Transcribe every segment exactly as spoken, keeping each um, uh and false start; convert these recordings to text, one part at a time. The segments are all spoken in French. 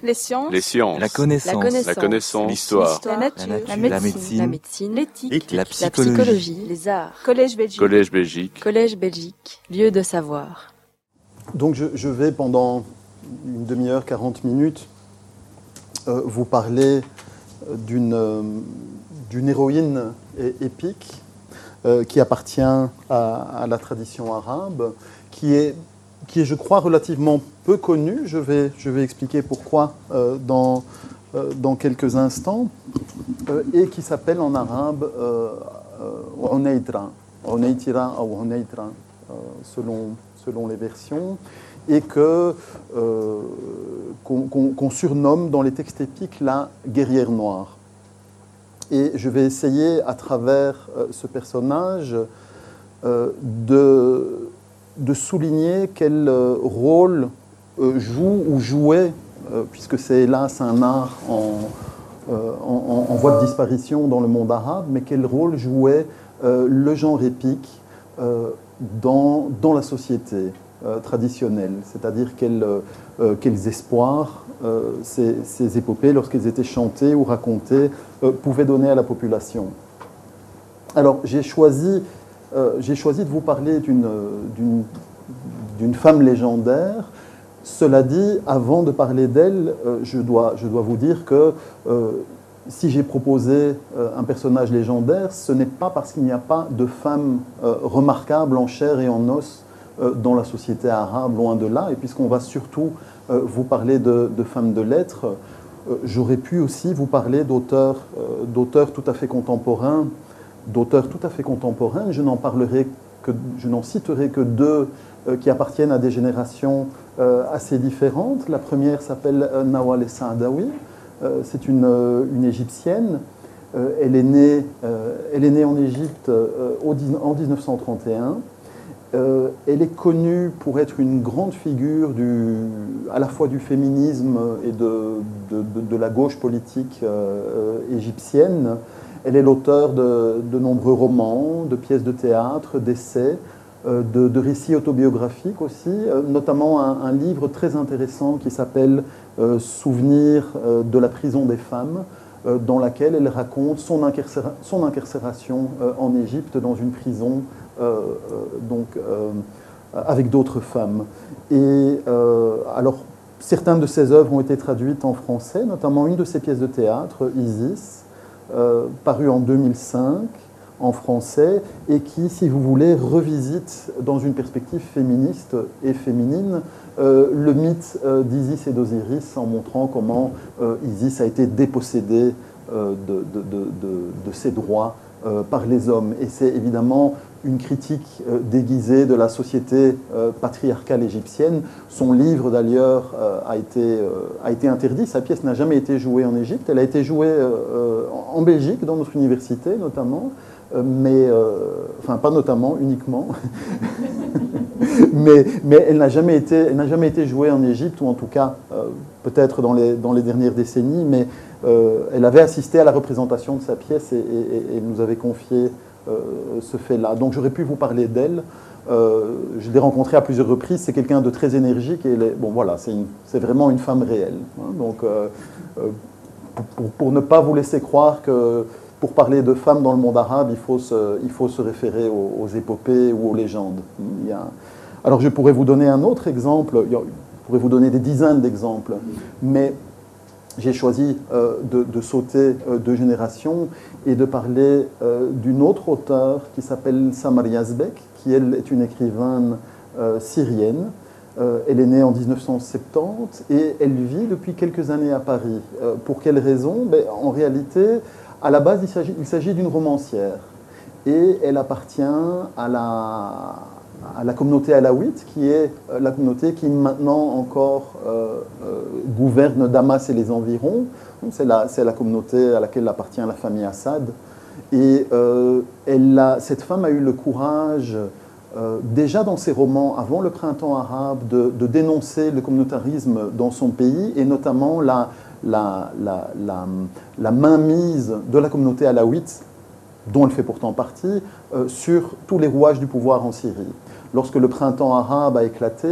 Les sciences. Les sciences. La connaissance. La connaissance. La connaissance. L'histoire. La nature. La nature. La La médecine. médecine. La médecine. L'éthique. La La psychologie. psychologie. Les arts. Collège Belgique. Collège Belgique. Collège Belgique. Lieu de savoir. Donc je, je vais pendant une demi-heure, quarante minutes, euh, vous parler d'une, euh, d'une héroïne é- épique euh, qui appartient à, à la tradition arabe, qui est, qui est, je crois, relativement peu connue. Je vais, je vais expliquer pourquoi euh, dans, euh, dans quelques instants, euh, et qui s'appelle en arabe euh, euh, Unaitra, Unaitira ou Unaitra, euh, selon, selon les versions, et que, euh, qu'on, qu'on, qu'on surnomme dans les textes épiques la guerrière noire. Et je vais essayer, à travers euh, ce personnage, euh, de, de souligner quel euh, rôle euh, joue ou jouait, euh, puisque c'est hélas un art en, euh, en, en voie de disparition dans le monde arabe, mais quel rôle jouait euh, le genre épique euh, dans, dans la société euh, traditionnelle, c'est-à-dire quel, euh, quels espoirs euh, ces, ces épopées, lorsqu'elles étaient chantées ou racontées, euh, pouvaient donner à la population. Alors j'ai choisi, euh, j'ai choisi de vous parler d'une, d'une, d'une femme légendaire. Cela dit, avant de parler d'elle, euh, je, dois, je dois vous dire que euh, si j'ai proposé euh, un personnage légendaire, ce n'est pas parce qu'il n'y a pas de femme euh, remarquable en chair et en os euh, dans la société arabe, loin de là. Et puisqu'on va surtout euh, vous parler de, de femmes de lettres, euh, j'aurais pu aussi vous parler d'auteurs, euh, d'auteurs tout à fait contemporains, d'auteurs tout à fait contemporains. Je n'en parlerai que, je n'en citerai que deux euh, qui appartiennent à des générations euh, assez différentes. La première s'appelle euh, Nawal Saadawi. Euh, c'est une, euh, une Égyptienne. Euh, elle, est née, euh, elle est née en Égypte euh, au, en dix-neuf cent trente et un. Euh, elle est connue pour être une grande figure du, à la fois du féminisme et de, de, de, de la gauche politique euh, égyptienne. Elle est l'auteure de, de nombreux romans, de pièces de théâtre, d'essais, euh, de, de récits autobiographiques aussi, euh, notamment un, un livre très intéressant qui s'appelle euh, « Souvenirs euh, de la prison des femmes », euh, dans laquelle elle raconte son, incarcéra- son incarcération euh, en Égypte dans une prison euh, euh, donc, euh, avec d'autres femmes. Et euh, alors, certaines de ses œuvres ont été traduites en français, notamment une de ses pièces de théâtre, Isis, Euh, paru en deux mille cinq en français, et qui, si vous voulez, revisite dans une perspective féministe et féminine euh, le mythe euh, d'Isis et d'Osiris, en montrant comment euh, Isis a été dépossédée euh, de, de, de, de, de ses droits euh, par les hommes. Et c'est évidemment une critique euh, déguisée de la société euh, patriarcale égyptienne. Son livre, d'ailleurs, euh, a, été, euh, a été interdit. Sa pièce n'a jamais été jouée en Égypte. Elle a été jouée euh, en Belgique, dans notre université, notamment. Euh, mais, euh, enfin, pas notamment, uniquement. mais, mais elle n'a jamais été, elle n'a jamais été jouée en Égypte, ou en tout cas, euh, peut-être dans les, dans les dernières décennies. Mais euh, elle avait assisté à la représentation de sa pièce et, et, et nous avait confié Euh, ce fait-là. Donc j'aurais pu vous parler d'elle. Euh, je l'ai rencontrée à plusieurs reprises. C'est quelqu'un de très énergique et elle est, bon voilà, c'est, une, c'est vraiment une femme réelle. Hein. Donc euh, euh, pour, pour ne pas vous laisser croire que pour parler de femmes dans le monde arabe, il faut se, il faut se référer aux, aux épopées ou aux légendes. Il y a... Alors je pourrais vous donner un autre exemple. Je pourrais vous donner des dizaines d'exemples, mais j'ai choisi euh, de, de sauter euh, deux générations et de parler euh, d'une autre auteure qui s'appelle Samar Yazbek, qui elle est une écrivaine euh, syrienne. Euh, elle est née en dix-neuf cent soixante-dix et elle vit depuis quelques années à Paris. Euh, pour quelle raison ? Ben, en réalité, à la base, il s'agit, il s'agit d'une romancière et elle appartient à la... à la communauté alaouite, qui est la communauté qui maintenant encore euh, euh, gouverne Damas et les environs. C'est la, c'est la communauté à laquelle appartient la famille Assad. Et euh, elle a, cette femme a eu le courage, euh, déjà dans ses romans, avant le printemps arabe, de, de dénoncer le communautarisme dans son pays, et notamment la, la, la, la, la mainmise de la communauté alaouite, dont elle fait pourtant partie, euh, sur tous les rouages du pouvoir en Syrie. Lorsque le printemps arabe a éclaté,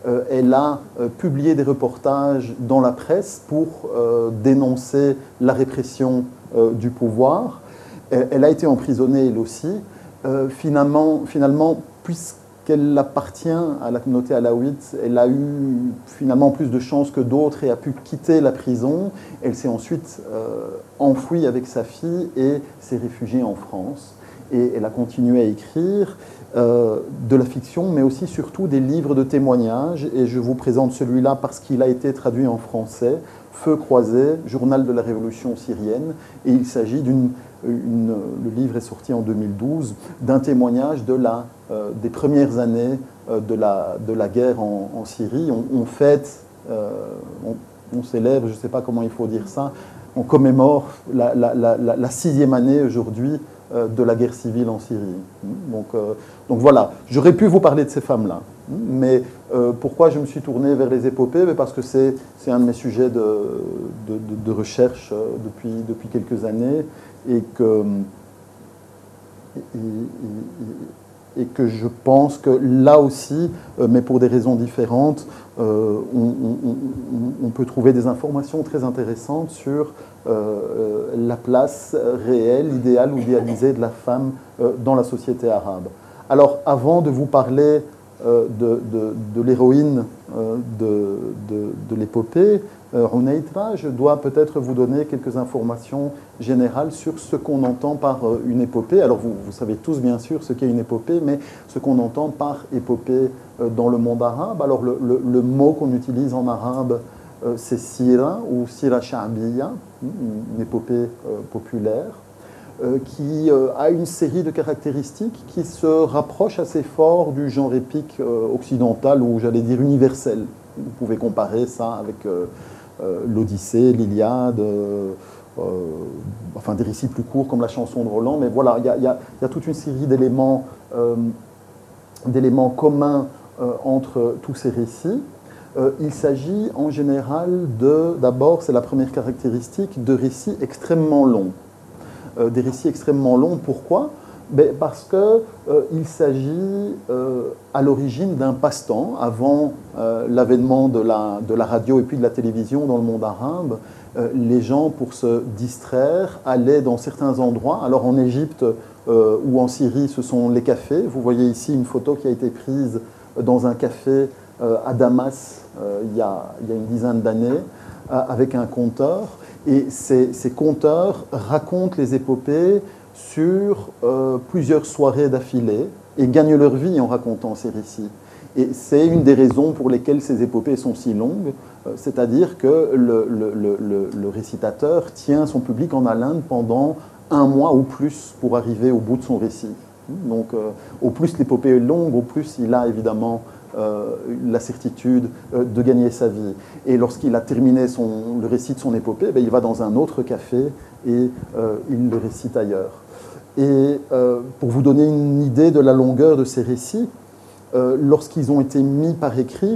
euh, elle a euh, publié des reportages dans la presse pour euh, dénoncer la répression euh, du pouvoir. Elle, elle a été emprisonnée elle aussi. Euh, finalement, finalement, puisqu'elle appartient à la communauté alaouite, elle a eu finalement plus de chance que d'autres et a pu quitter la prison. Elle s'est ensuite euh, enfouie avec sa fille et s'est réfugiée en France. Et elle a continué à écrire euh, de la fiction, mais aussi surtout des livres de témoignages. Et je vous présente celui-là parce qu'il a été traduit en français, Feu croisé, journal de la révolution syrienne. Et il s'agit d'une... Une, le livre est sorti en deux mille douze, d'un témoignage de la, euh, des premières années euh, de, la, de la guerre en, en Syrie. On, on fête, euh, on, on célèbre, je ne sais pas comment il faut dire ça, on commémore la, la, la, la sixième année aujourd'hui euh, de la guerre civile en Syrie. Donc, euh, donc voilà, j'aurais pu vous parler de ces femmes-là. Mais euh, pourquoi je me suis tourné vers les épopées? Parce que c'est, c'est un de mes sujets de, de, de, de recherche euh, depuis, depuis quelques années. Et que, et, et, et que je pense que là aussi, euh, mais pour des raisons différentes, euh, on, on, on peut trouver des informations très intéressantes sur euh, la place réelle, idéale ou idéalisée de la femme euh, dans la société arabe. Alors, avant de vous parler euh, de, de, de l'héroïne euh, de, de, de l'épopée, Euh, Huneitra, je dois peut-être vous donner quelques informations générales sur ce qu'on entend par euh, une épopée. Alors vous, vous savez tous bien sûr ce qu'est une épopée, mais ce qu'on entend par épopée euh, dans le monde arabe. Alors le, le, le mot qu'on utilise en arabe, euh, c'est sira ou sira sha'biya, une épopée euh, populaire, euh, qui euh, a une série de caractéristiques qui se rapprochent assez fort du genre épique euh, occidental ou j'allais dire universel. Vous pouvez comparer ça avec euh, euh, l'Odyssée, l'Iliade, euh, euh, enfin des récits plus courts comme la chanson de Roland, mais voilà, il y, y, y a toute une série d'éléments, euh, d'éléments communs euh, entre tous ces récits. Euh, il s'agit en général de, d'abord, c'est la première caractéristique, de récits extrêmement longs. Euh, des récits extrêmement longs, pourquoi ? Ben parce qu'il euh, s'agit euh, à l'origine d'un passe-temps. Avant euh, l'avènement de la, de la radio et puis de la télévision dans le monde arabe, euh, les gens, pour se distraire, allaient dans certains endroits. Alors en Égypte euh, ou en Syrie, ce sont les cafés. Vous voyez ici une photo qui a été prise dans un café euh, à Damas euh, il, y a, il y a une dizaine d'années, euh, avec un conteur. Et ces, ces conteurs racontent les épopées sur euh, plusieurs soirées d'affilée et gagnent leur vie en racontant ces récits. Et c'est une des raisons pour lesquelles ces épopées sont si longues, euh, c'est-à-dire que le, le, le, le récitateur tient son public en haleine pendant un mois ou plus pour arriver au bout de son récit. Donc euh, au plus l'épopée est longue, au plus il a évidemment euh, la certitude euh, de gagner sa vie. Et lorsqu'il a terminé son, le récit de son épopée, ben, il va dans un autre café et euh, il le récite ailleurs. Et euh, pour vous donner une idée de la longueur de ces récits, euh, lorsqu'ils ont été mis par écrit,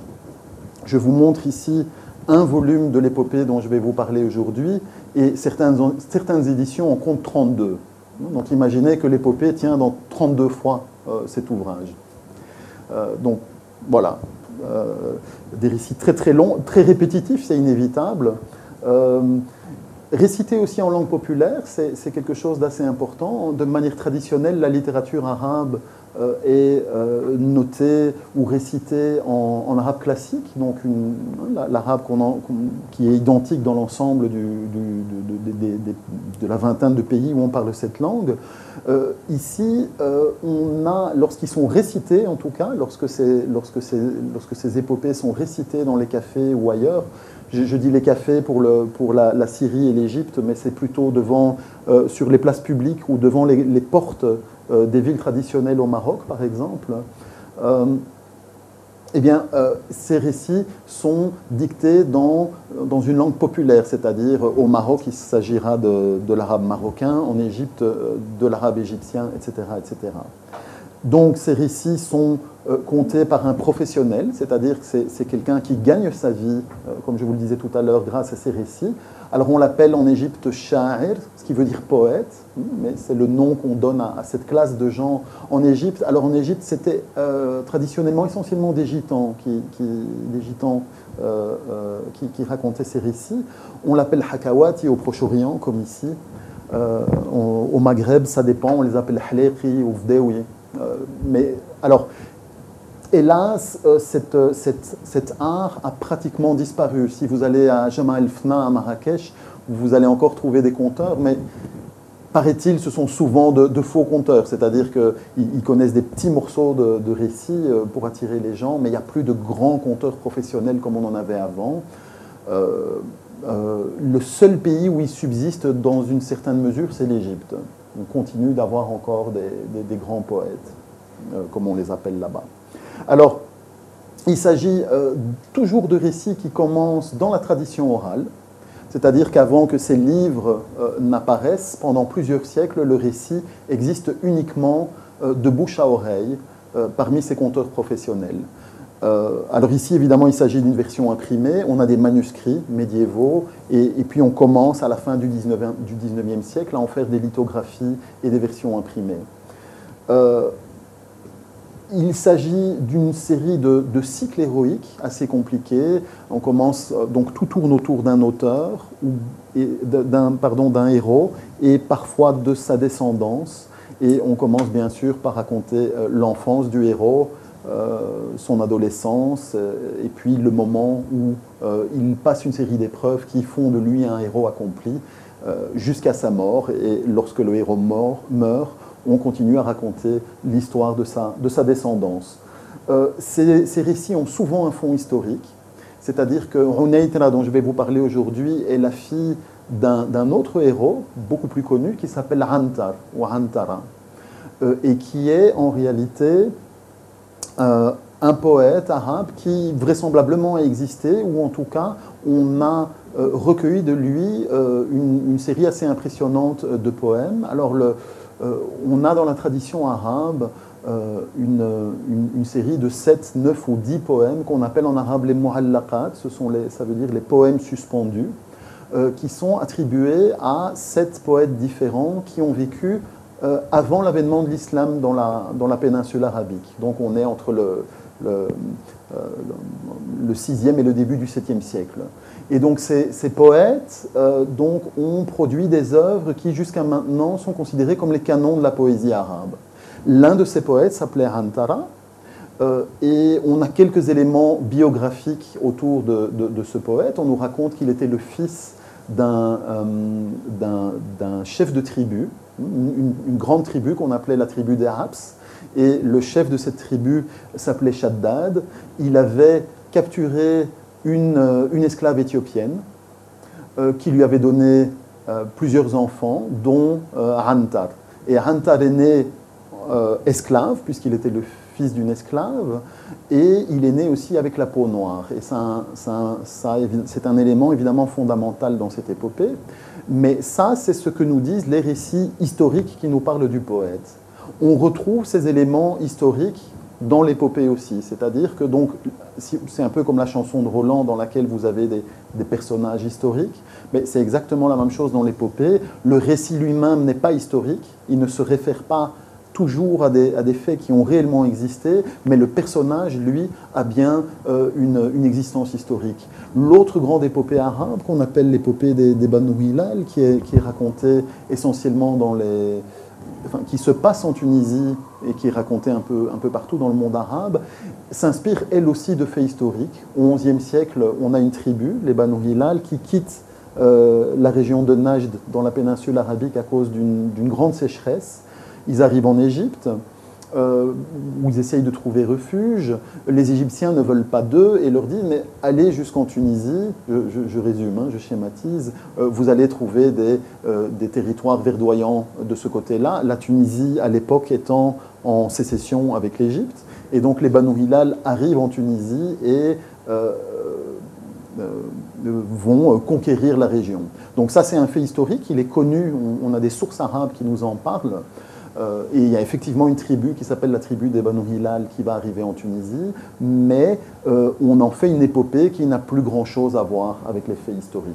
je vous montre ici un volume de l'épopée dont je vais vous parler aujourd'hui, et certaines, certaines éditions en comptent trente-deux. Donc imaginez que l'épopée tient dans trente-deux fois euh, cet ouvrage. Euh, donc voilà, euh, des récits très très longs, très répétitifs, c'est inévitable. Euh, Récité aussi en langue populaire, c'est, c'est quelque chose d'assez important. De manière traditionnelle, la littérature arabe euh, est euh, notée ou récitée en, en arabe classique, donc une, l'arabe qu'on en, qui est identique dans l'ensemble du, du, de, de, de, de, de la vingtaine de pays où on parle cette langue. Euh, ici, euh, on a, lorsqu'ils sont récités, en tout cas, lorsque, c'est, lorsque, c'est, lorsque ces épopées sont récitées dans les cafés ou ailleurs, Je, je dis les cafés pour, le, pour la, la Syrie et l'Égypte, mais c'est plutôt devant, euh, sur les places publiques ou devant les, les portes euh, des villes traditionnelles au Maroc, par exemple. Euh, eh bien, euh, ces récits sont dictés dans, dans une langue populaire, c'est-à-dire au Maroc, il s'agira de, de l'arabe marocain, en Égypte, de l'arabe égyptien, et cetera, et cetera. Donc ces récits sont euh, contés par un professionnel, c'est-à-dire que c'est, c'est quelqu'un qui gagne sa vie, euh, comme je vous le disais tout à l'heure, grâce à ces récits. Alors on l'appelle en Égypte sha'ir, ce qui veut dire poète, mais c'est le nom qu'on donne à, à cette classe de gens en Égypte. Alors en Égypte, c'était euh, traditionnellement essentiellement des gitans, qui, qui, des gitans euh, euh, qui, qui racontaient ces récits. On l'appelle hakawati au Proche-Orient, comme ici. Euh, on, au Maghreb, ça dépend, on les appelle hliqi ou vdewi. Euh, mais alors, hélas, euh, cette, cette, cet art a pratiquement disparu. Si vous allez à Jama el-Fna à Marrakech, vous allez encore trouver des conteurs, mais paraît-il, ce sont souvent de, de faux conteurs, c'est-à-dire qu'ils connaissent des petits morceaux de, de récits pour attirer les gens, mais il n'y a plus de grands conteurs professionnels comme on en avait avant. Euh, euh, le seul pays où il subsiste dans une certaine mesure, c'est l'Égypte. On continue d'avoir encore des, des, des grands poètes, euh, comme on les appelle là-bas. Alors, il s'agit euh, toujours de récits qui commencent dans la tradition orale, c'est-à-dire qu'avant que ces livres euh, n'apparaissent, pendant plusieurs siècles, le récit existe uniquement euh, de bouche à oreille euh, parmi ces conteurs professionnels. Euh, alors ici, évidemment, il s'agit d'une version imprimée. On a des manuscrits médiévaux et, et puis on commence à la fin du dix-neuvième siècle à en faire des lithographies et des versions imprimées. Euh, Il s'agit d'une série de, de cycles héroïques assez compliqués. On commence, donc tout tourne autour d'un auteur, ou, et d'un, pardon, d'un héros, et parfois de sa descendance. Et on commence bien sûr par raconter euh, l'enfance du héros, euh, son adolescence, euh, et puis le moment où euh, il passe une série d'épreuves qui font de lui un héros accompli, euh, jusqu'à sa mort. Et lorsque le héros mort, meurt, on continue à raconter l'histoire de sa, de sa descendance. Euh, ces, ces récits ont souvent un fond historique, c'est-à-dire que Hunaitra, dont je vais vous parler aujourd'hui, est la fille d'un, d'un autre héros, beaucoup plus connu, qui s'appelle Antar, ou Antara, euh, et qui est en réalité euh, un poète arabe qui vraisemblablement a existé, ou en tout cas, on a euh, recueilli de lui euh, une, une série assez impressionnante de poèmes. Alors, le Euh, on a dans la tradition arabe euh, une, une, une série de sept, neuf ou dix poèmes qu'on appelle en arabe les muhallaqat, ce sont les, ça veut dire les poèmes suspendus, euh, qui sont attribués à sept poètes différents qui ont vécu euh, avant l'avènement de l'islam dans la, dans la péninsule arabique. Donc on est entre le, le, euh, le sixième et le début du septième siècle. Et donc ces, ces poètes euh, donc, ont produit des œuvres qui jusqu'à maintenant sont considérées comme les canons de la poésie arabe. L'un de ces poètes s'appelait Antara, euh, et on a quelques éléments biographiques autour de, de, de ce poète. On nous raconte qu'il était le fils d'un, euh, d'un, d'un chef de tribu, une, une grande tribu qu'on appelait la tribu des Habs, et le chef de cette tribu s'appelait Shaddad. Il avait capturé Une, une esclave éthiopienne euh, qui lui avait donné euh, plusieurs enfants, dont euh, Antar. Et Antar est né euh, esclave, puisqu'il était le fils d'une esclave, et il est né aussi avec la peau noire. Et ça, ça, ça, c'est un élément évidemment fondamental dans cette épopée, mais ça, c'est ce que nous disent les récits historiques qui nous parlent du poète. On retrouve ces éléments historiques dans l'épopée aussi, c'est-à-dire que donc, c'est un peu comme la chanson de Roland dans laquelle vous avez des, des personnages historiques, mais c'est exactement la même chose dans l'épopée. Le récit lui-même n'est pas historique, il ne se réfère pas toujours à des, à des faits qui ont réellement existé, mais le personnage, lui, a bien euh, une, une existence historique. L'autre grande épopée arabe, qu'on appelle l'épopée des, des Banu Hilal, qui est, qui est racontée essentiellement dans les... Enfin, qui se passe en Tunisie et qui est racontée un peu, un peu partout dans le monde arabe, s'inspire elle aussi de faits historiques. Au onzième siècle, on a une tribu, les Banu Hilal, qui quitte euh, la région de Najd dans la péninsule arabique à cause d'une, d'une grande sécheresse. Ils arrivent en Égypte, euh, où ils essayent de trouver refuge. Les Égyptiens ne veulent pas d'eux et leur disent « mais allez jusqu'en Tunisie », je, je, je résume, hein, je schématise, euh, vous allez trouver des, euh, des territoires verdoyants de ce côté-là, la Tunisie à l'époque étant en sécession avec l'Égypte. Et donc les Banu Hilal arrivent en Tunisie et euh, euh, vont conquérir la région. Donc ça c'est un fait historique, il est connu, on, on a des sources arabes qui nous en parlent. Euh, et il y a effectivement une tribu qui s'appelle la tribu des Banu Hilal qui va arriver en Tunisie, mais euh, on en fait une épopée qui n'a plus grand-chose à voir avec les faits historiques.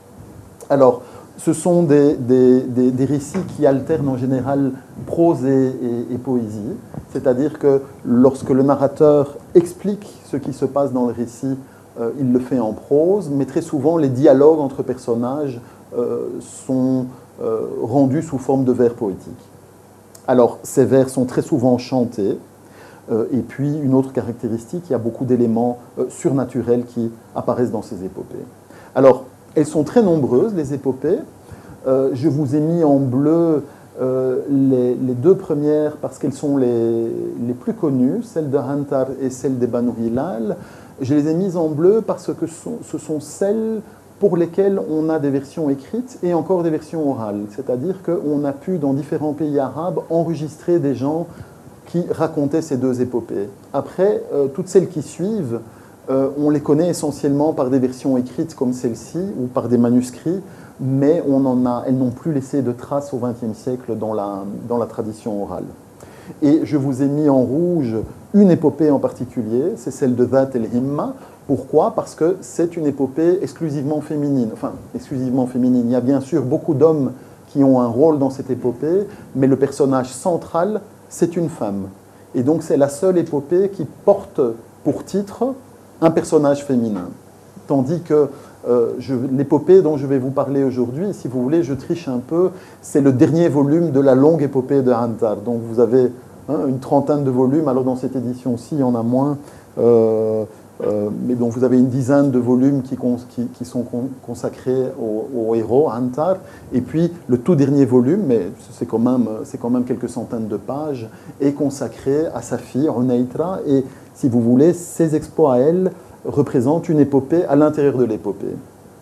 Alors, ce sont des, des, des, des récits qui alternent en général prose et, et, et poésie, c'est-à-dire que lorsque le narrateur explique ce qui se passe dans le récit, euh, il le fait en prose, mais très souvent les dialogues entre personnages euh, sont euh, rendus sous forme de vers poétiques. Alors, ces vers sont très souvent chantés, euh, et puis une autre caractéristique, il y a beaucoup d'éléments euh, surnaturels qui apparaissent dans ces épopées. Alors, elles sont très nombreuses, les épopées. Euh, je vous ai mis en bleu euh, les, les deux premières parce qu'elles sont les, les plus connues, celle de Antar et celle des Banu Hilal. Je les ai mises en bleu parce que sont, ce sont celles pour lesquelles on a des versions écrites et encore des versions orales. C'est-à-dire qu'on a pu, dans différents pays arabes, enregistrer des gens qui racontaient ces deux épopées. Après, euh, toutes celles qui suivent, Euh, on les connaît essentiellement par des versions écrites comme celle-ci ou par des manuscrits, mais on en a, elles n'ont plus laissé de traces au vingtième siècle dans la, dans la tradition orale. Et je vous ai mis en rouge une épopée en particulier, c'est celle de Dhat el-Himma. Pourquoi ? Parce que c'est une épopée exclusivement féminine. Enfin, exclusivement féminine. Il y a bien sûr beaucoup d'hommes qui ont un rôle dans cette épopée, mais le personnage central, c'est une femme. Et donc c'est la seule épopée qui porte pour titre un personnage féminin. Tandis que euh, je, l'épopée dont je vais vous parler aujourd'hui, si vous voulez, je triche un peu, c'est le dernier volume de la longue épopée de Antar. Donc vous avez hein, une trentaine de volumes, alors dans cette édition-ci, il y en a moins, euh, euh, mais donc vous avez une dizaine de volumes qui, cons, qui, qui sont con, consacrés au, au héros, Antar, et puis le tout dernier volume, mais c'est quand même, c'est quand même quelques centaines de pages, est consacré à sa fille, Hunaitra, et si vous voulez, ses exploits à elle représentent une épopée à l'intérieur de l'épopée.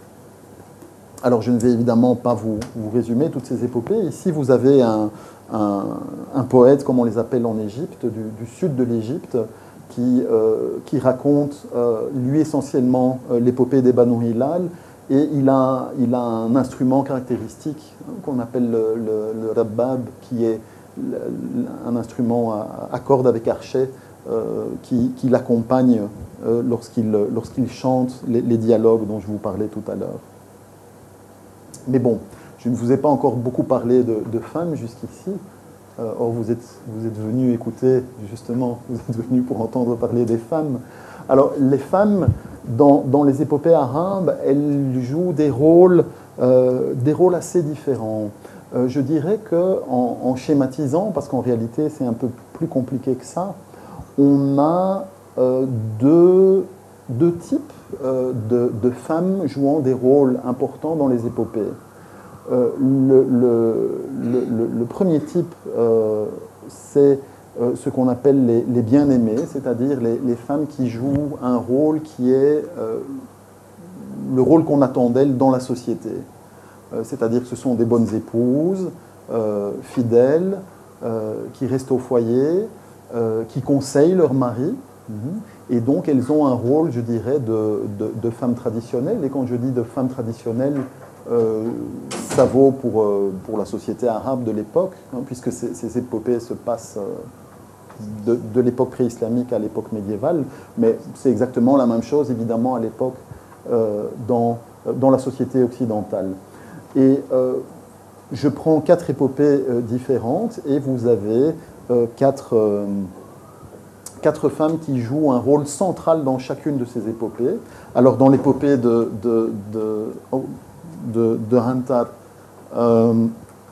Alors, je ne vais évidemment pas vous, vous résumer toutes ces épopées. Ici, vous avez un, un, un poète, comme on les appelle en Égypte, du, du sud de l'Égypte, qui, euh, qui raconte, euh, lui, essentiellement, euh, l'épopée des Banu Hilal, et il a, il a un instrument caractéristique hein, qu'on appelle le, le, le rabbab, qui est le, un instrument à, à cordes avec archet, Euh, qui, qui l'accompagne euh, lorsqu'il, lorsqu'il chante les, les dialogues dont je vous parlais tout à l'heure. Mais bon, je ne vous ai pas encore beaucoup parlé de, de femmes jusqu'ici. Euh, or, vous êtes, vous êtes venus écouter, justement, vous êtes venus pour entendre parler des femmes. Alors, les femmes, dans, dans les épopées arabes, elles jouent des rôles, euh, des rôles assez différents. Euh, je dirais qu'en en schématisant, parce qu'en réalité, c'est un peu plus compliqué que ça, on a euh, deux, deux types euh, de, de femmes jouant des rôles importants dans les épopées. Euh, le, le, le, le premier type, euh, c'est euh, ce qu'on appelle les, les bien-aimées, c'est-à-dire les, les femmes qui jouent un rôle qui est euh, le rôle qu'on attend d'elles dans la société. Euh, c'est-à-dire que ce sont des bonnes épouses, euh, fidèles, euh, qui restent au foyer, Euh, qui conseillent leur mari, mm-hmm. et donc elles ont un rôle, je dirais, de, de, de femmes traditionnelles. Et quand je dis de femmes traditionnelles, euh, ça vaut pour, euh, pour la société arabe de l'époque, hein, puisque ces, ces épopées se passent euh, de, de l'époque pré-islamique à l'époque médiévale, mais c'est exactement la même chose, évidemment, à l'époque euh, dans, dans la société occidentale. Et euh, je prends quatre épopées euh, différentes, et vous avez Euh, quatre, euh, quatre femmes qui jouent un rôle central dans chacune de ces épopées. Alors, dans l'épopée de, de, de, oh, de, de Antar, euh,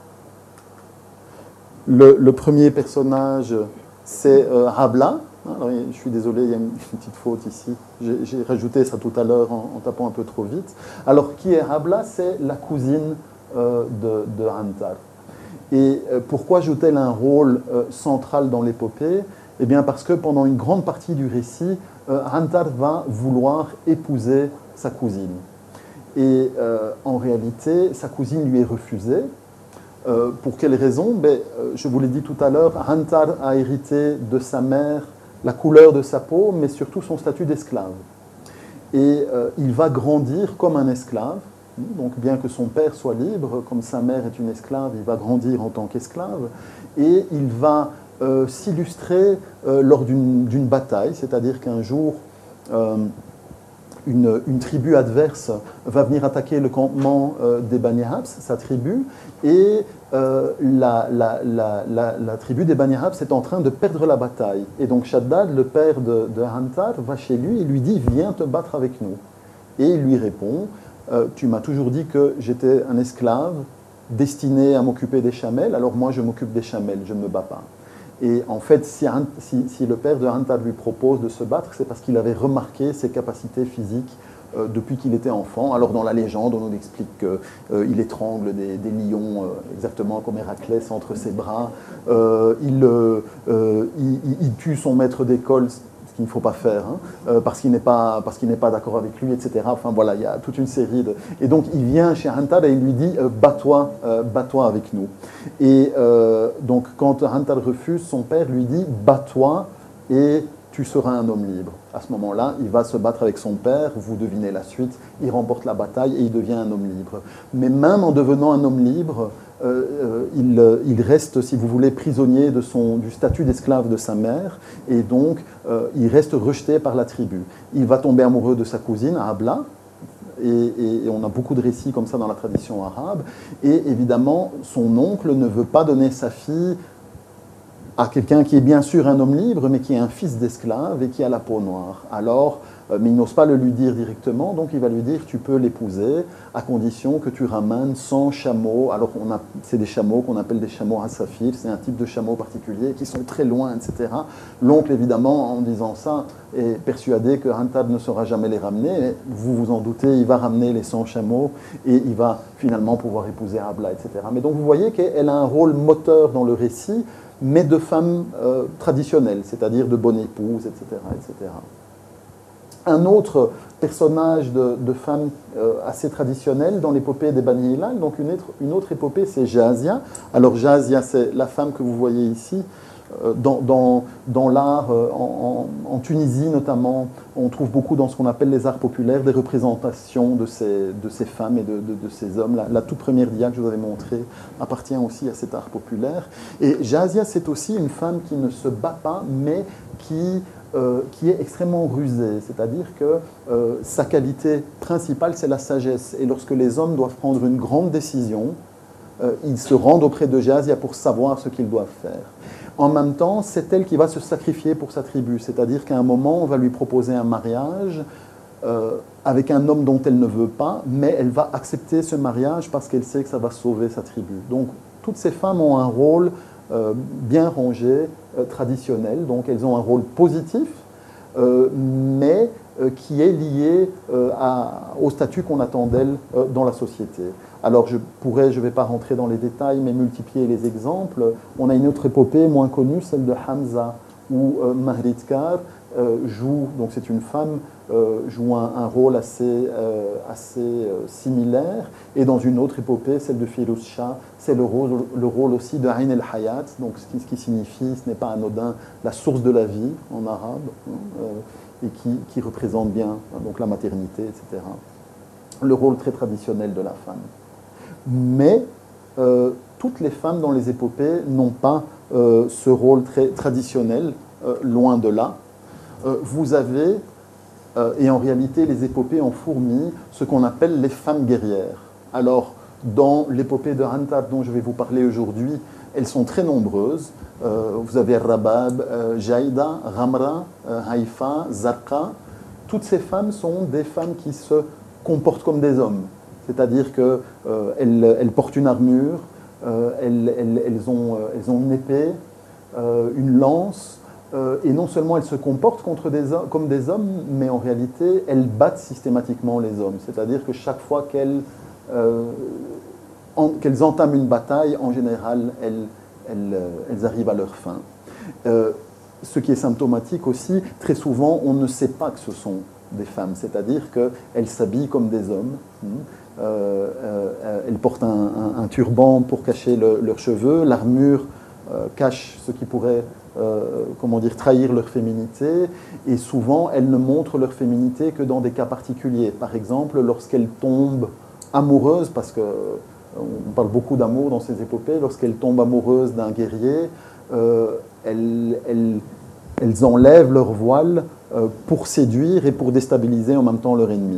le, le premier personnage, c'est euh, Habla. Alors, je suis désolé, il y a une, une petite faute ici. J'ai, j'ai rajouté ça tout à l'heure en, en tapant un peu trop vite. Alors, qui est Habla ? C'est la cousine euh, de, de Antar. Et pourquoi joue-t-elle un rôle euh, central dans l'épopée ? Eh bien parce que pendant une grande partie du récit, euh, Antar va vouloir épouser sa cousine. Et euh, en réalité, sa cousine lui est refusée. Euh, pour quelle raison ? Ben, euh, je vous l'ai dit tout à l'heure, Antar a hérité de sa mère la couleur de sa peau, mais surtout son statut d'esclave. Et euh, il va grandir comme un esclave. Donc bien que son père soit libre, comme sa mère est une esclave, il va grandir en tant qu'esclave et il va euh, s'illustrer euh, lors d'une, d'une bataille, c'est-à-dire qu'un jour, euh, une, une tribu adverse va venir attaquer le campement euh, des Bani Habs, sa tribu, et euh, la, la, la, la, la tribu des Bani Habs est en train de perdre la bataille. Et donc Shaddad, le père de, de Antar, va chez lui et lui dit « Viens te battre avec nous ». Et il lui répond euh, « Tu m'as toujours dit que j'étais un esclave destiné à m'occuper des chamelles, alors moi je m'occupe des chamelles, je ne me bats pas ». Et en fait, si, si, si le père de Antar lui propose de se battre, c'est parce qu'il avait remarqué ses capacités physiques euh, depuis qu'il était enfant. Alors dans la légende, on nous explique qu'il euh, étrangle des, des lions euh, exactement comme Héraclès entre ses bras. Euh, il, euh, il, il tue son maître d'école, ce qu'il ne faut pas faire, hein, euh, parce qu'il n'est pas, parce qu'il n'est pas d'accord avec lui, et cetera. Enfin voilà, il y a toute une série de... Et donc il vient chez Antar et il lui dit euh, « bats-toi, euh, bats-toi avec nous ». Et euh, donc quand Antar refuse, son père lui dit « bats-toi et tu seras un homme libre ». À ce moment-là, il va se battre avec son père, vous devinez la suite, il remporte la bataille et il devient un homme libre. Mais même en devenant un homme libre, Euh, euh, il, il reste, si vous voulez, prisonnier de son, du statut d'esclave de sa mère, et donc euh, il reste rejeté par la tribu. Il va tomber amoureux de sa cousine, Abla, et, et, et on a beaucoup de récits comme ça dans la tradition arabe, et évidemment, son oncle ne veut pas donner sa fille à quelqu'un qui est bien sûr un homme libre, mais qui est un fils d'esclave et qui a la peau noire. Alors, euh, mais il n'ose pas le lui dire directement, donc il va lui dire « tu peux l'épouser, à condition que tu ramènes cent chameaux ». Alors, on a, c'est des chameaux qu'on appelle des chameaux à saphir, c'est un type de chameau particulier, qui sont très loin, et cetera. L'oncle, évidemment, en disant ça, est persuadé que Antar ne saura jamais les ramener. Et vous vous en doutez, il va ramener les cent chameaux et il va finalement pouvoir épouser Abla, et cetera. Mais donc, vous voyez qu'elle a un rôle moteur dans le récit, mais de femme euh, traditionnelle, c'est-à-dire de bonne épouse, et cetera, et cetera. Un autre personnage de, de femme euh, assez traditionnelle dans l'épopée des Bani Hilal, donc une autre, une autre épopée, c'est Jazia. Alors Jazia, c'est la femme que vous voyez ici. Euh, dans, dans, dans l'art, euh, en, en, en Tunisie notamment, on trouve beaucoup dans ce qu'on appelle les arts populaires des représentations de ces, de ces femmes et de, de, de ces hommes. La, la toute première dia que je vous avais montrée appartient aussi à cet art populaire. Et Jazia, c'est aussi une femme qui ne se bat pas, mais qui... Euh, qui est extrêmement rusée, c'est-à-dire que euh, sa qualité principale, c'est la sagesse. Et lorsque les hommes doivent prendre une grande décision, euh, ils se rendent auprès de Jazia pour savoir ce qu'ils doivent faire. En même temps, c'est elle qui va se sacrifier pour sa tribu, c'est-à-dire qu'à un moment, on va lui proposer un mariage euh, avec un homme dont elle ne veut pas, mais elle va accepter ce mariage parce qu'elle sait que ça va sauver sa tribu. Donc, toutes ces femmes ont un rôle Euh, bien rangées, euh, traditionnelles, donc elles ont un rôle positif, euh, mais euh, qui est lié euh, à, au statut qu'on attend d'elles euh, dans la société. Alors je pourrais, je ne vais pas rentrer dans les détails, mais multiplier les exemples. On a une autre épopée moins connue, celle de Hamza, où euh, Mahritkar euh, joue, donc c'est une femme, euh, joue un, un rôle assez, euh, assez euh, similaire, et dans une autre épopée, celle de Firouz Shah, c'est le rôle, le rôle aussi de Ain el-Hayat, donc ce qui, ce qui signifie, ce n'est pas anodin, la source de la vie en arabe, euh, et qui, qui représente bien donc, la maternité, et cetera. Le rôle très traditionnel de la femme. Mais euh, toutes les femmes dans les épopées n'ont pas euh, ce rôle très traditionnel, euh, loin de là. Euh, vous avez, euh, et en réalité les épopées ont fourni ce qu'on appelle les femmes guerrières. Alors, dans l'épopée de Antar dont je vais vous parler aujourd'hui, elles sont très nombreuses. Euh, vous avez Rabab, euh, Jaïda, Ramra, euh, Haïfa, Zarqa. Toutes ces femmes sont des femmes qui se comportent comme des hommes. C'est-à-dire qu'elles euh, elles portent une armure, euh, elles, elles, elles, ont, euh, elles ont une épée, euh, une lance, euh, et non seulement elles se comportent contre des hommes, comme des hommes, mais en réalité, elles battent systématiquement les hommes. C'est-à-dire que chaque fois qu'elles, euh, en, qu'elles entament une bataille, en général, elles, elles, elles arrivent à leur fin. Euh, ce qui est symptomatique aussi, très souvent, on ne sait pas que ce sont des femmes, c'est-à-dire qu'elles s'habillent comme des hommes. Euh, euh, elles portent un, un, un turban pour cacher le, leurs cheveux, l'armure euh, cache ce qui pourrait euh, comment dire, trahir leur féminité, et souvent elles ne montrent leur féminité que dans des cas particuliers. Par exemple, lorsqu'elles tombent amoureuse, parce qu'on parle beaucoup d'amour dans ces épopées, lorsqu'elles tombent amoureuses d'un guerrier, euh, elles, elles, elles enlèvent leur voile euh, pour séduire et pour déstabiliser en même temps leur ennemi.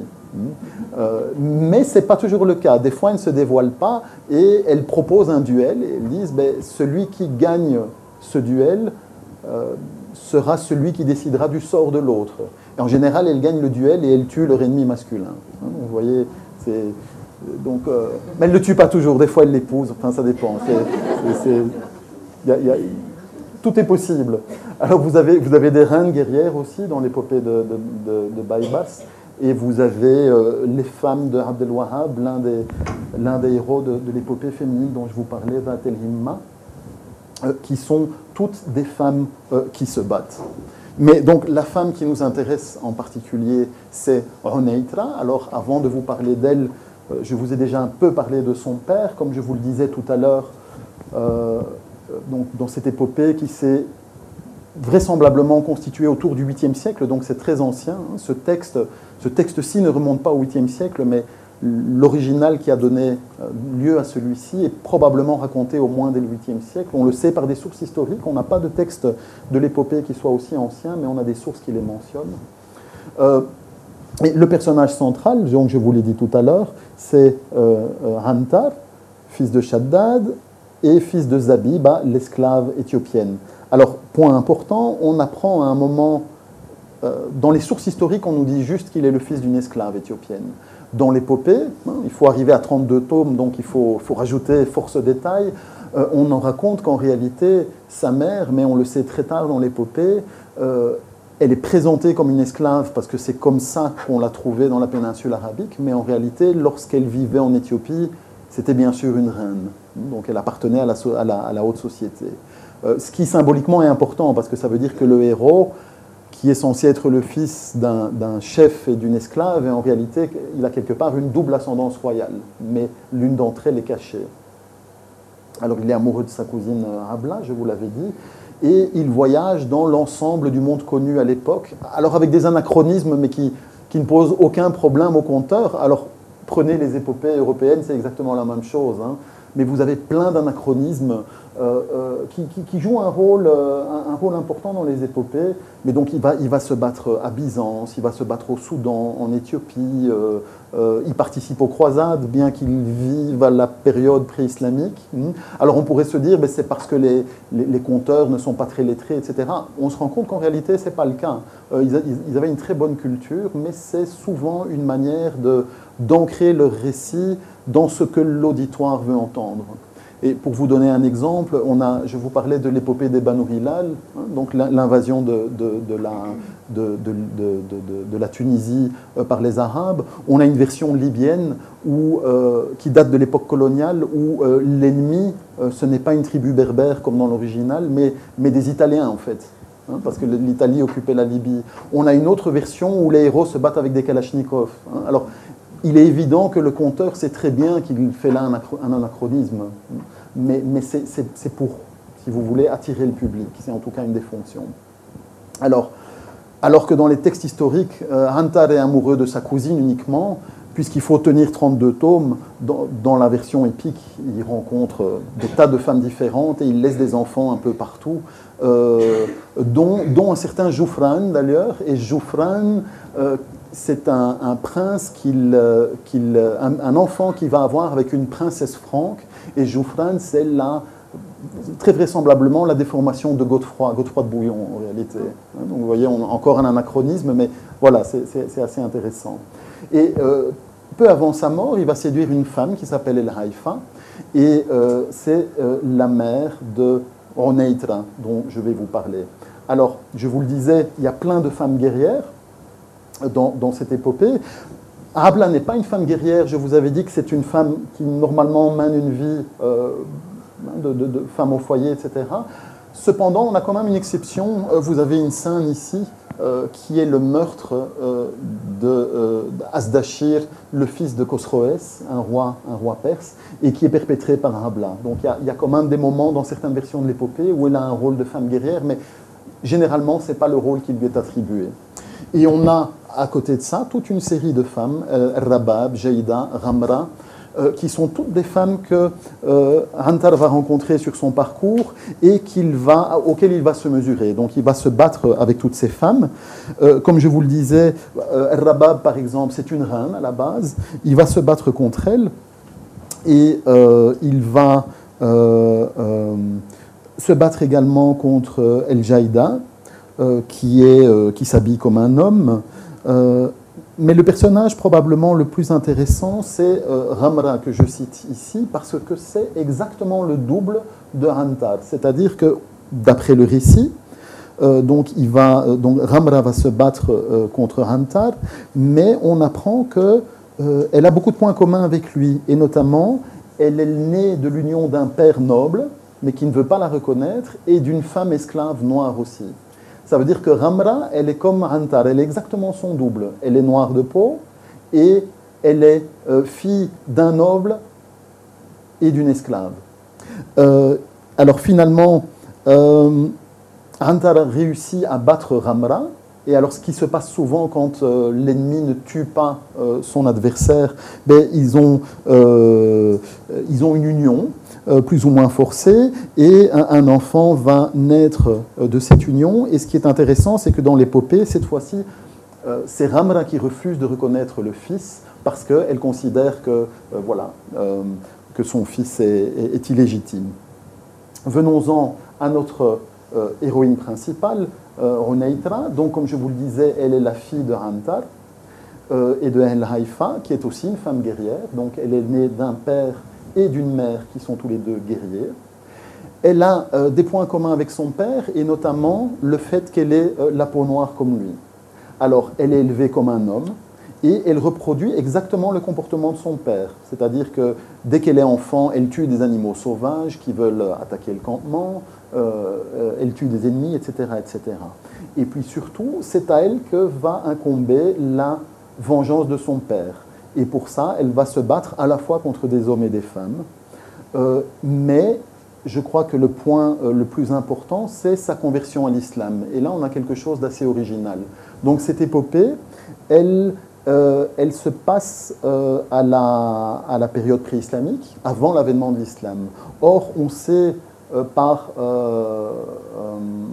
Euh, mais ce n'est pas toujours le cas. Des fois, elles ne se dévoilent pas et elles proposent un duel et elles disent ben, celui qui gagne ce duel euh, sera celui qui décidera du sort de l'autre. Et en général, elles gagnent le duel et elles tuent leur ennemi masculin. Hein, vous voyez, c'est, donc, euh, mais elles ne le tuent pas toujours. Des fois, elles l'épousent. Enfin, ça dépend. C'est, c'est, c'est, y a, y a, tout est possible. Alors, vous avez, vous avez des reines guerrières aussi dans l'épopée de, de, de, de Baybars. Et vous avez euh, les femmes de Abd el-Wahhab, l'un des, l'un des héros de, de l'épopée féminine dont je vous parlais, Dhat el-Himma, euh, qui sont toutes des femmes euh, qui se battent. Mais donc la femme qui nous intéresse en particulier, c'est Hunaitra. Alors avant de vous parler d'elle, euh, je vous ai déjà un peu parlé de son père, comme je vous le disais tout à l'heure, euh, donc, dans cette épopée qui s'est vraisemblablement constitué autour du huitième siècle, donc c'est très ancien. Hein. Ce texte, ce texte-ci ne remonte pas au huitième siècle, mais l'original qui a donné lieu à celui-ci est probablement raconté au moins dès le huitième siècle. On le sait par des sources historiques. On n'a pas de texte de l'épopée qui soit aussi ancien, mais on a des sources qui les mentionnent. Euh, et le personnage central, donc je vous l'ai dit tout à l'heure, c'est euh, Antar, fils de Shaddad, et fils de Zabiba, l'esclave éthiopienne. Alors, point important, on apprend à un moment, euh, dans les sources historiques, on nous dit juste qu'il est le fils d'une esclave éthiopienne. Dans l'épopée, hein, il faut arriver à trente-deux tomes, donc il faut, faut rajouter force détail, euh, on en raconte qu'en réalité, sa mère, mais on le sait très tard dans l'épopée, euh, elle est présentée comme une esclave parce que c'est comme ça qu'on l'a trouvée dans la péninsule arabique, mais en réalité, lorsqu'elle vivait en Éthiopie, c'était bien sûr une reine. Donc elle appartenait à la, à la, à la haute société. Euh, ce qui symboliquement est important, parce que ça veut dire que le héros, qui est censé être le fils d'un, d'un chef et d'une esclave, et en réalité, il a quelque part une double ascendance royale, mais l'une d'entre elles est cachée. Alors il est amoureux de sa cousine Habla, je vous l'avais dit, et il voyage dans l'ensemble du monde connu à l'époque, alors avec des anachronismes, mais qui, qui ne posent aucun problème au conteur. Alors prenez les épopées européennes, c'est exactement la même chose, hein. Mais vous avez plein d'anachronismes euh, euh, qui, qui, qui jouent un rôle, euh, un, un rôle important dans les épopées. Mais donc il va, il va se battre à Byzance, il va se battre au Soudan, en Éthiopie, euh, euh, il participe aux croisades, bien qu'il vive à la période pré-islamique. Alors on pourrait se dire, ben, c'est parce que les, les, les conteurs ne sont pas très lettrés, et cetera. On se rend compte qu'en réalité, ce n'est pas le cas. Euh, ils, ils avaient une très bonne culture, mais c'est souvent une manière de, d'ancrer leur récit dans ce que l'auditoire veut entendre. Et pour vous donner un exemple, on a, je vous parlais de l'épopée des Banu Hilal, hein, donc l'invasion de, de, de, la, de, de, de, de la Tunisie euh, par les Arabes. On a une version libyenne où, euh, qui date de l'époque coloniale où euh, l'ennemi, euh, ce n'est pas une tribu berbère comme dans l'original, mais, mais des Italiens en fait. Hein, parce que l'Italie occupait la Libye. On a une autre version où les héros se battent avec des kalachnikovs. Hein. Alors, il est évident que le conteur sait très bien qu'il fait là un anachronisme, mais, mais c'est, c'est, c'est pour, si vous voulez, attirer le public. C'est en tout cas une des fonctions. Alors, alors que dans les textes historiques, euh, Antar est amoureux de sa cousine uniquement, puisqu'il faut tenir trente-deux tomes, dans, dans la version épique, il rencontre des tas de femmes différentes et il laisse des enfants un peu partout, euh, dont, dont un certain Joufran d'ailleurs, et Joufran... Euh, c'est un, un prince, qu'il, qu'il, un, un enfant qu'il va avoir avec une princesse franque, et Joufran, c'est la, très vraisemblablement la déformation de Godefroy, Godefroy de Bouillon en réalité. Donc vous voyez, on a encore un anachronisme, mais voilà, c'est, c'est, c'est assez intéressant. Et euh, peu avant sa mort, il va séduire une femme qui s'appelle El Haïfa, et euh, c'est euh, la mère de Hunaitra, dont je vais vous parler. Alors, je vous le disais, il y a plein de femmes guerrières, Dans, dans cette épopée. Habla n'est pas une femme guerrière, je vous avais dit que c'est une femme qui normalement mène une vie euh, de, de, de femme au foyer, et cetera. Cependant, on a quand même une exception. Vous avez une scène ici euh, qui est le meurtre euh, de euh, Asdashir, le fils de Khosroès, un roi, un roi perse, et qui est perpétré par Habla. Donc il y a, il y a quand même des moments dans certaines versions de l'épopée où elle a un rôle de femme guerrière, mais généralement, ce n'est pas le rôle qui lui est attribué. Et on a, à côté de ça, toute une série de femmes, euh, Rabab, Jaïda, Ramra, euh, qui sont toutes des femmes que euh, Antar va rencontrer sur son parcours et qu'il va, auxquelles il va se mesurer. Donc il va se battre avec toutes ces femmes. Euh, comme je vous le disais, euh, Rabab, par exemple, c'est une reine à la base. Il va se battre contre elle et euh, il va euh, euh, se battre également contre El Jaïda, euh, qui, est, euh, qui s'habille comme un homme. Euh, mais le personnage probablement le plus intéressant, c'est euh, Ramra, que je cite ici, parce que c'est exactement le double de Antar. C'est-à-dire que, d'après le récit, euh, donc, il va, euh, donc Ramra va se battre euh, contre Antar, mais on apprend qu'elle euh, a beaucoup de points communs avec lui, et notamment, elle est née de l'union d'un père noble, mais qui ne veut pas la reconnaître, et d'une femme esclave noire aussi. Ça veut dire que Ramra, elle est comme Antar, elle est exactement son double. Elle est noire de peau et elle est euh, fille d'un noble et d'une esclave. Euh, alors finalement, euh, Antar réussit à battre Ramra. Et alors ce qui se passe souvent quand euh, l'ennemi ne tue pas euh, son adversaire, ben, ils, ont, euh, ils ont une union, Euh, plus ou moins forcée, et un, un enfant va naître euh, de cette union. Et ce qui est intéressant, c'est que dans l'épopée, cette fois-ci, euh, c'est Ramra qui refuse de reconnaître le fils parce qu'elle considère que, euh, voilà, euh, que son fils est, est, est illégitime. Venons-en à notre euh, héroïne principale, euh, Roneitra. Donc, comme je vous le disais, elle est la fille de Antar euh, et de El Haifa, qui est aussi une femme guerrière. Donc, elle est née d'un père et d'une mère qui sont tous les deux guerriers. Elle a euh, des points communs avec son père, et notamment le fait qu'elle ait euh, la peau noire comme lui. Alors, elle est élevée comme un homme, et elle reproduit exactement le comportement de son père. C'est-à-dire que dès qu'elle est enfant, elle tue des animaux sauvages qui veulent attaquer le campement, euh, euh, elle tue des ennemis, et cetera, et cetera. Et puis surtout, c'est à elle que va incomber la vengeance de son père. Et pour ça, elle va se battre à la fois contre des hommes et des femmes. Euh, mais je crois que le point euh, le plus important, c'est sa conversion à l'islam. Et là, on a quelque chose d'assez original. Donc cette épopée, elle, euh, elle se passe euh, à, la, à la période pré-islamique, avant l'avènement de l'islam. Or, on sait euh, par... Euh, euh,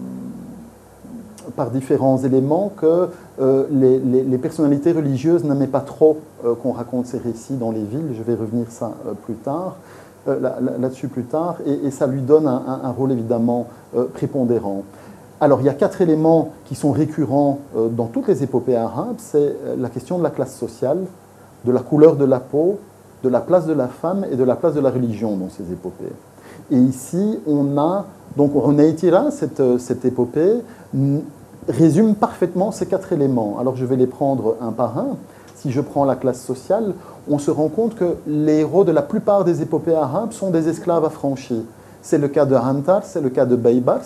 par différents éléments que euh, les, les, les personnalités religieuses n'aimaient pas trop euh, qu'on raconte ces récits dans les villes. Je vais revenir ça euh, plus tard, euh, là, là-dessus plus tard, et, et ça lui donne un, un, un rôle évidemment euh, prépondérant. Alors il y a quatre éléments qui sont récurrents euh, dans toutes les épopées arabes. C'est la question de la classe sociale, de la couleur de la peau, de la place de la femme et de la place de la religion dans ces épopées. Et ici, on a, donc Roneitira, cette, cette épopée, résume parfaitement ces quatre éléments. Alors je vais les prendre un par un. Si je prends la classe sociale, on se rend compte que les héros de la plupart des épopées arabes sont des esclaves affranchis. C'est le cas de Antar, c'est le cas de Baybars.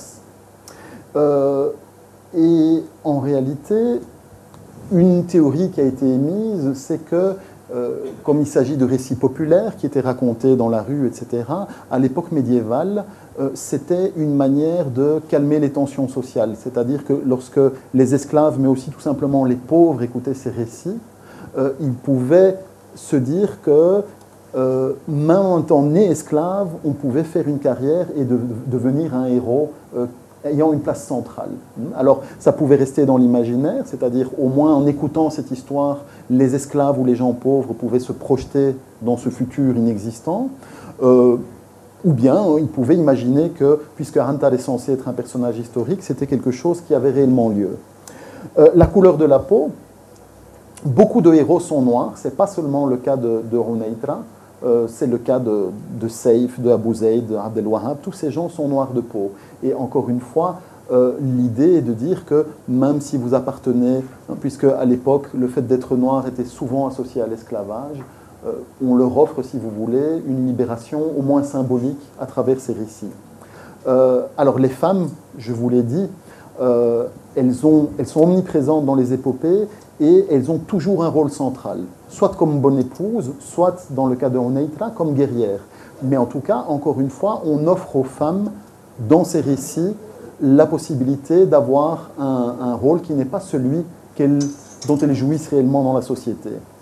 Euh, et en réalité, une théorie qui a été émise, c'est que Euh, comme il s'agit de récits populaires qui étaient racontés dans la rue, et cetera, à l'époque médiévale, euh, c'était une manière de calmer les tensions sociales. C'est-à-dire que lorsque les esclaves, mais aussi tout simplement les pauvres, écoutaient ces récits, euh, ils pouvaient se dire que, euh, même en étant né esclave, on pouvait faire une carrière et de, de devenir un héros euh, ayant une place centrale. Alors, ça pouvait rester dans l'imaginaire, c'est-à-dire au moins en écoutant cette histoire, les esclaves ou les gens pauvres pouvaient se projeter dans ce futur inexistant, euh, ou bien hein, ils pouvaient imaginer que, puisque Antar est censé être un personnage historique, c'était quelque chose qui avait réellement lieu. Euh, la couleur de la peau, beaucoup de héros sont noirs, ce n'est pas seulement le cas de, de Roneitra, euh, c'est le cas de, de Seif, de Abu Zayd, de Abdel Wahab, tous ces gens sont noirs de peau. Et encore une fois, euh, l'idée est de dire que même si vous appartenez, hein, puisque à l'époque, le fait d'être noir était souvent associé à l'esclavage, euh, on leur offre, si vous voulez, une libération au moins symbolique à travers ces récits. Euh, alors les femmes, je vous l'ai dit, euh, elles, ont, elles sont omniprésentes dans les épopées et elles ont toujours un rôle central, soit comme bonne épouse, soit, dans le cas de Roneitra, comme guerrière. Mais en tout cas, encore une fois, on offre aux femmes, dans ces récits, la possibilité d'avoir un, un rôle qui n'est pas celui qu'elles, dont elles jouissent réellement dans la société.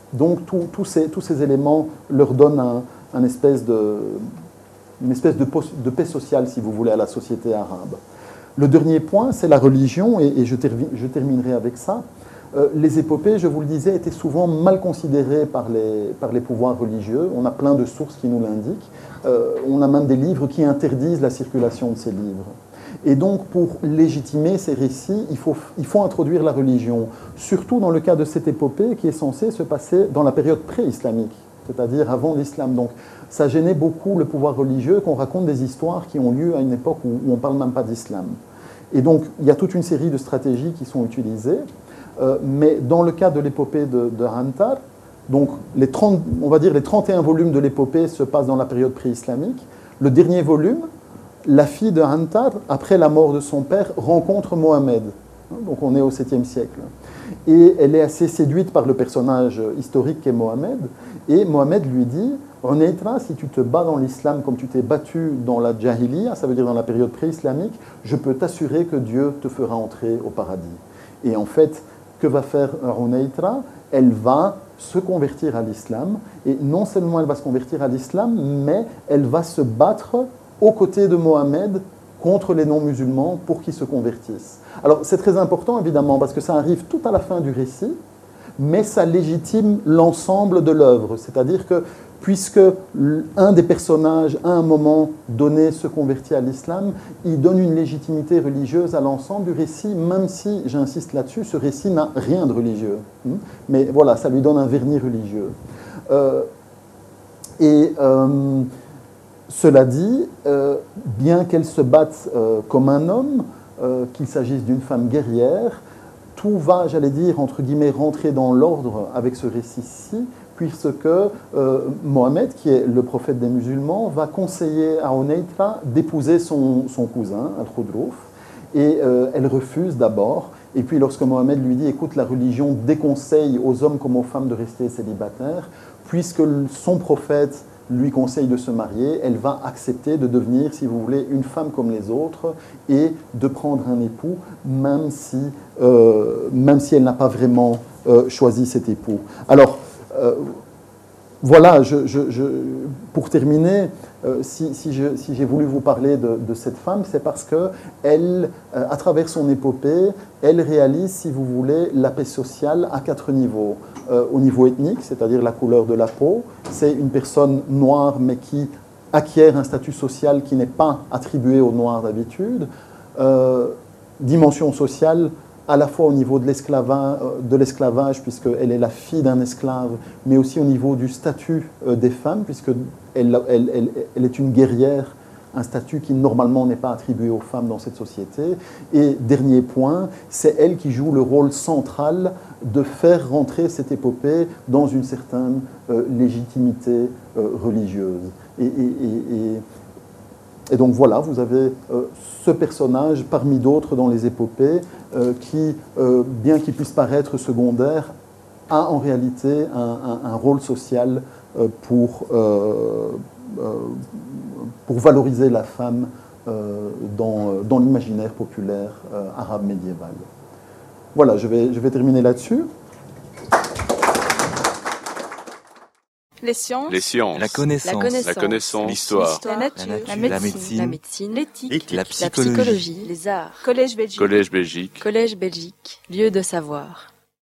Donc tout, tout ces, tous ces éléments leur donnent un, un espèce de, une espèce de, de paix sociale, si vous voulez, à la société arabe. Le dernier point, c'est la religion, et, et je, termine, je terminerai avec ça. Euh, les épopées, je vous le disais, étaient souvent mal considérées par les, par les pouvoirs religieux. On a plein de sources qui nous l'indiquent. Euh, on a même des livres qui interdisent la circulation de ces livres. Et donc, pour légitimer ces récits, il faut, il faut introduire la religion, surtout dans le cas de cette épopée qui est censée se passer dans la période pré-islamique, c'est-à-dire avant l'islam. Donc, ça gênait beaucoup le pouvoir religieux qu'on raconte des histoires qui ont lieu à une époque où, où on ne parle même pas d'islam. Et donc, il y a toute une série de stratégies qui sont utilisées, euh, mais dans le cas de l'épopée de, de Antar, donc les trente, on va dire les trente et un volumes de l'épopée se passent dans la période pré-islamique. Le dernier volume, la fille de Antar, après la mort de son père, rencontre Mohammed. Donc on est au septième siècle. Et elle est assez séduite par le personnage historique qu'est Mohammed. Et Mohammed lui dit, Unaitra, si tu te bats dans l'islam comme tu t'es battu dans la Jahiliya, ça veut dire dans la période pré-islamique, je peux t'assurer que Dieu te fera entrer au paradis. Et en fait, que va faire Unaitra? Elle va se convertir à l'islam. Et non seulement elle va se convertir à l'islam, mais elle va se battre aux côtés de Mohammed contre les non-musulmans pour qu'ils se convertissent. Alors c'est très important évidemment parce que ça arrive tout à la fin du récit, mais ça légitime l'ensemble de l'œuvre. C'est-à-dire que puisque un des personnages à un moment donné se convertit à l'islam, il donne une légitimité religieuse à l'ensemble du récit, même si, j'insiste là-dessus, ce récit n'a rien de religieux. Mais voilà, ça lui donne un vernis religieux. Euh, et... Euh, Cela dit, euh, bien qu'elle se batte euh, comme un homme, euh, qu'il s'agisse d'une femme guerrière, tout va, j'allais dire, entre guillemets, rentrer dans l'ordre avec ce récit-ci, puisque euh, Mohammed, qui est le prophète des musulmans, va conseiller à Unaitra d'épouser son, son cousin, Al-Khudrouf, et euh, elle refuse d'abord. Et puis lorsque Mohammed lui dit « Écoute, la religion déconseille aux hommes comme aux femmes de rester célibataires, puisque son prophète lui conseille de se marier, elle va accepter de devenir, si vous voulez, une femme comme les autres et de prendre un époux, même si, euh, même si elle n'a pas vraiment euh, choisi cet époux. » Alors, euh, voilà, je, je, je, pour terminer, euh, si, si, je, si j'ai voulu vous parler de, de cette femme, c'est parce qu'elle, euh, à travers son épopée, elle réalise, si vous voulez, la paix sociale à quatre niveaux. Euh, au niveau ethnique, c'est-à-dire la couleur de la peau, c'est une personne noire mais qui acquiert un statut social qui n'est pas attribué aux noirs d'habitude. Euh, dimension sociale, à la fois au niveau de l'esclavage, de l'esclavage puisqu'elle est la fille d'un esclave, mais aussi au niveau du statut des femmes, puisqu'elle elle, elle, elle est une guerrière, un statut qui normalement n'est pas attribué aux femmes dans cette société. Et dernier point, c'est elle qui joue le rôle central de faire rentrer cette épopée dans une certaine euh, légitimité euh, religieuse. Et, et, et, et, et donc voilà, vous avez euh, ce personnage parmi d'autres dans les épopées euh, qui, euh, bien qu'il puisse paraître secondaire, a en réalité un, un, un rôle social euh, pour... Euh, euh, pour valoriser la femme euh, dans, dans l'imaginaire populaire euh, arabe médiéval. Voilà, je vais, je vais terminer là-dessus. Les sciences. Les sciences. La connaissance. La connaissance. La connaissance. L'histoire. La nature. La nature. La médecine. La médecine. La médecine. L'éthique. L'éthique. La La psychologie. psychologie. Les arts. Collège Belgique. Collège Belgique. Collège Belgique. Lieu de savoir.